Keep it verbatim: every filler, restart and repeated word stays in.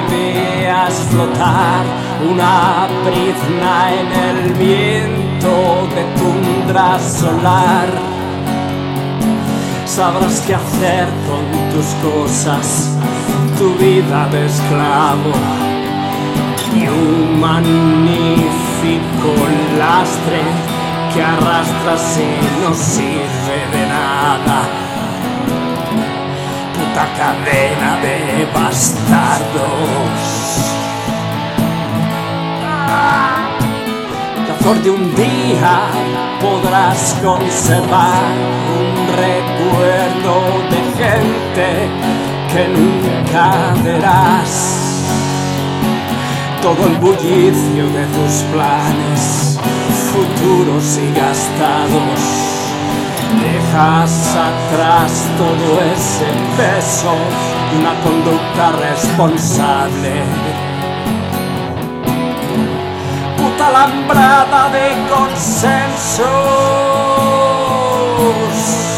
veas flotar una brizna en el viento de tundra solar, sabrás qué hacer con tus cosas, tu vida de esclavo y un magnífico lastre que arrastras y no sirve de nada. Puta cadena de bastardos. Que a flor de un día podrás conservar un recuerdo de gente que nunca verás. Todo el bullicio de tus planes futuros y gastados, dejas atrás todo ese peso de una conducta responsable. Puta alambrada de consensos.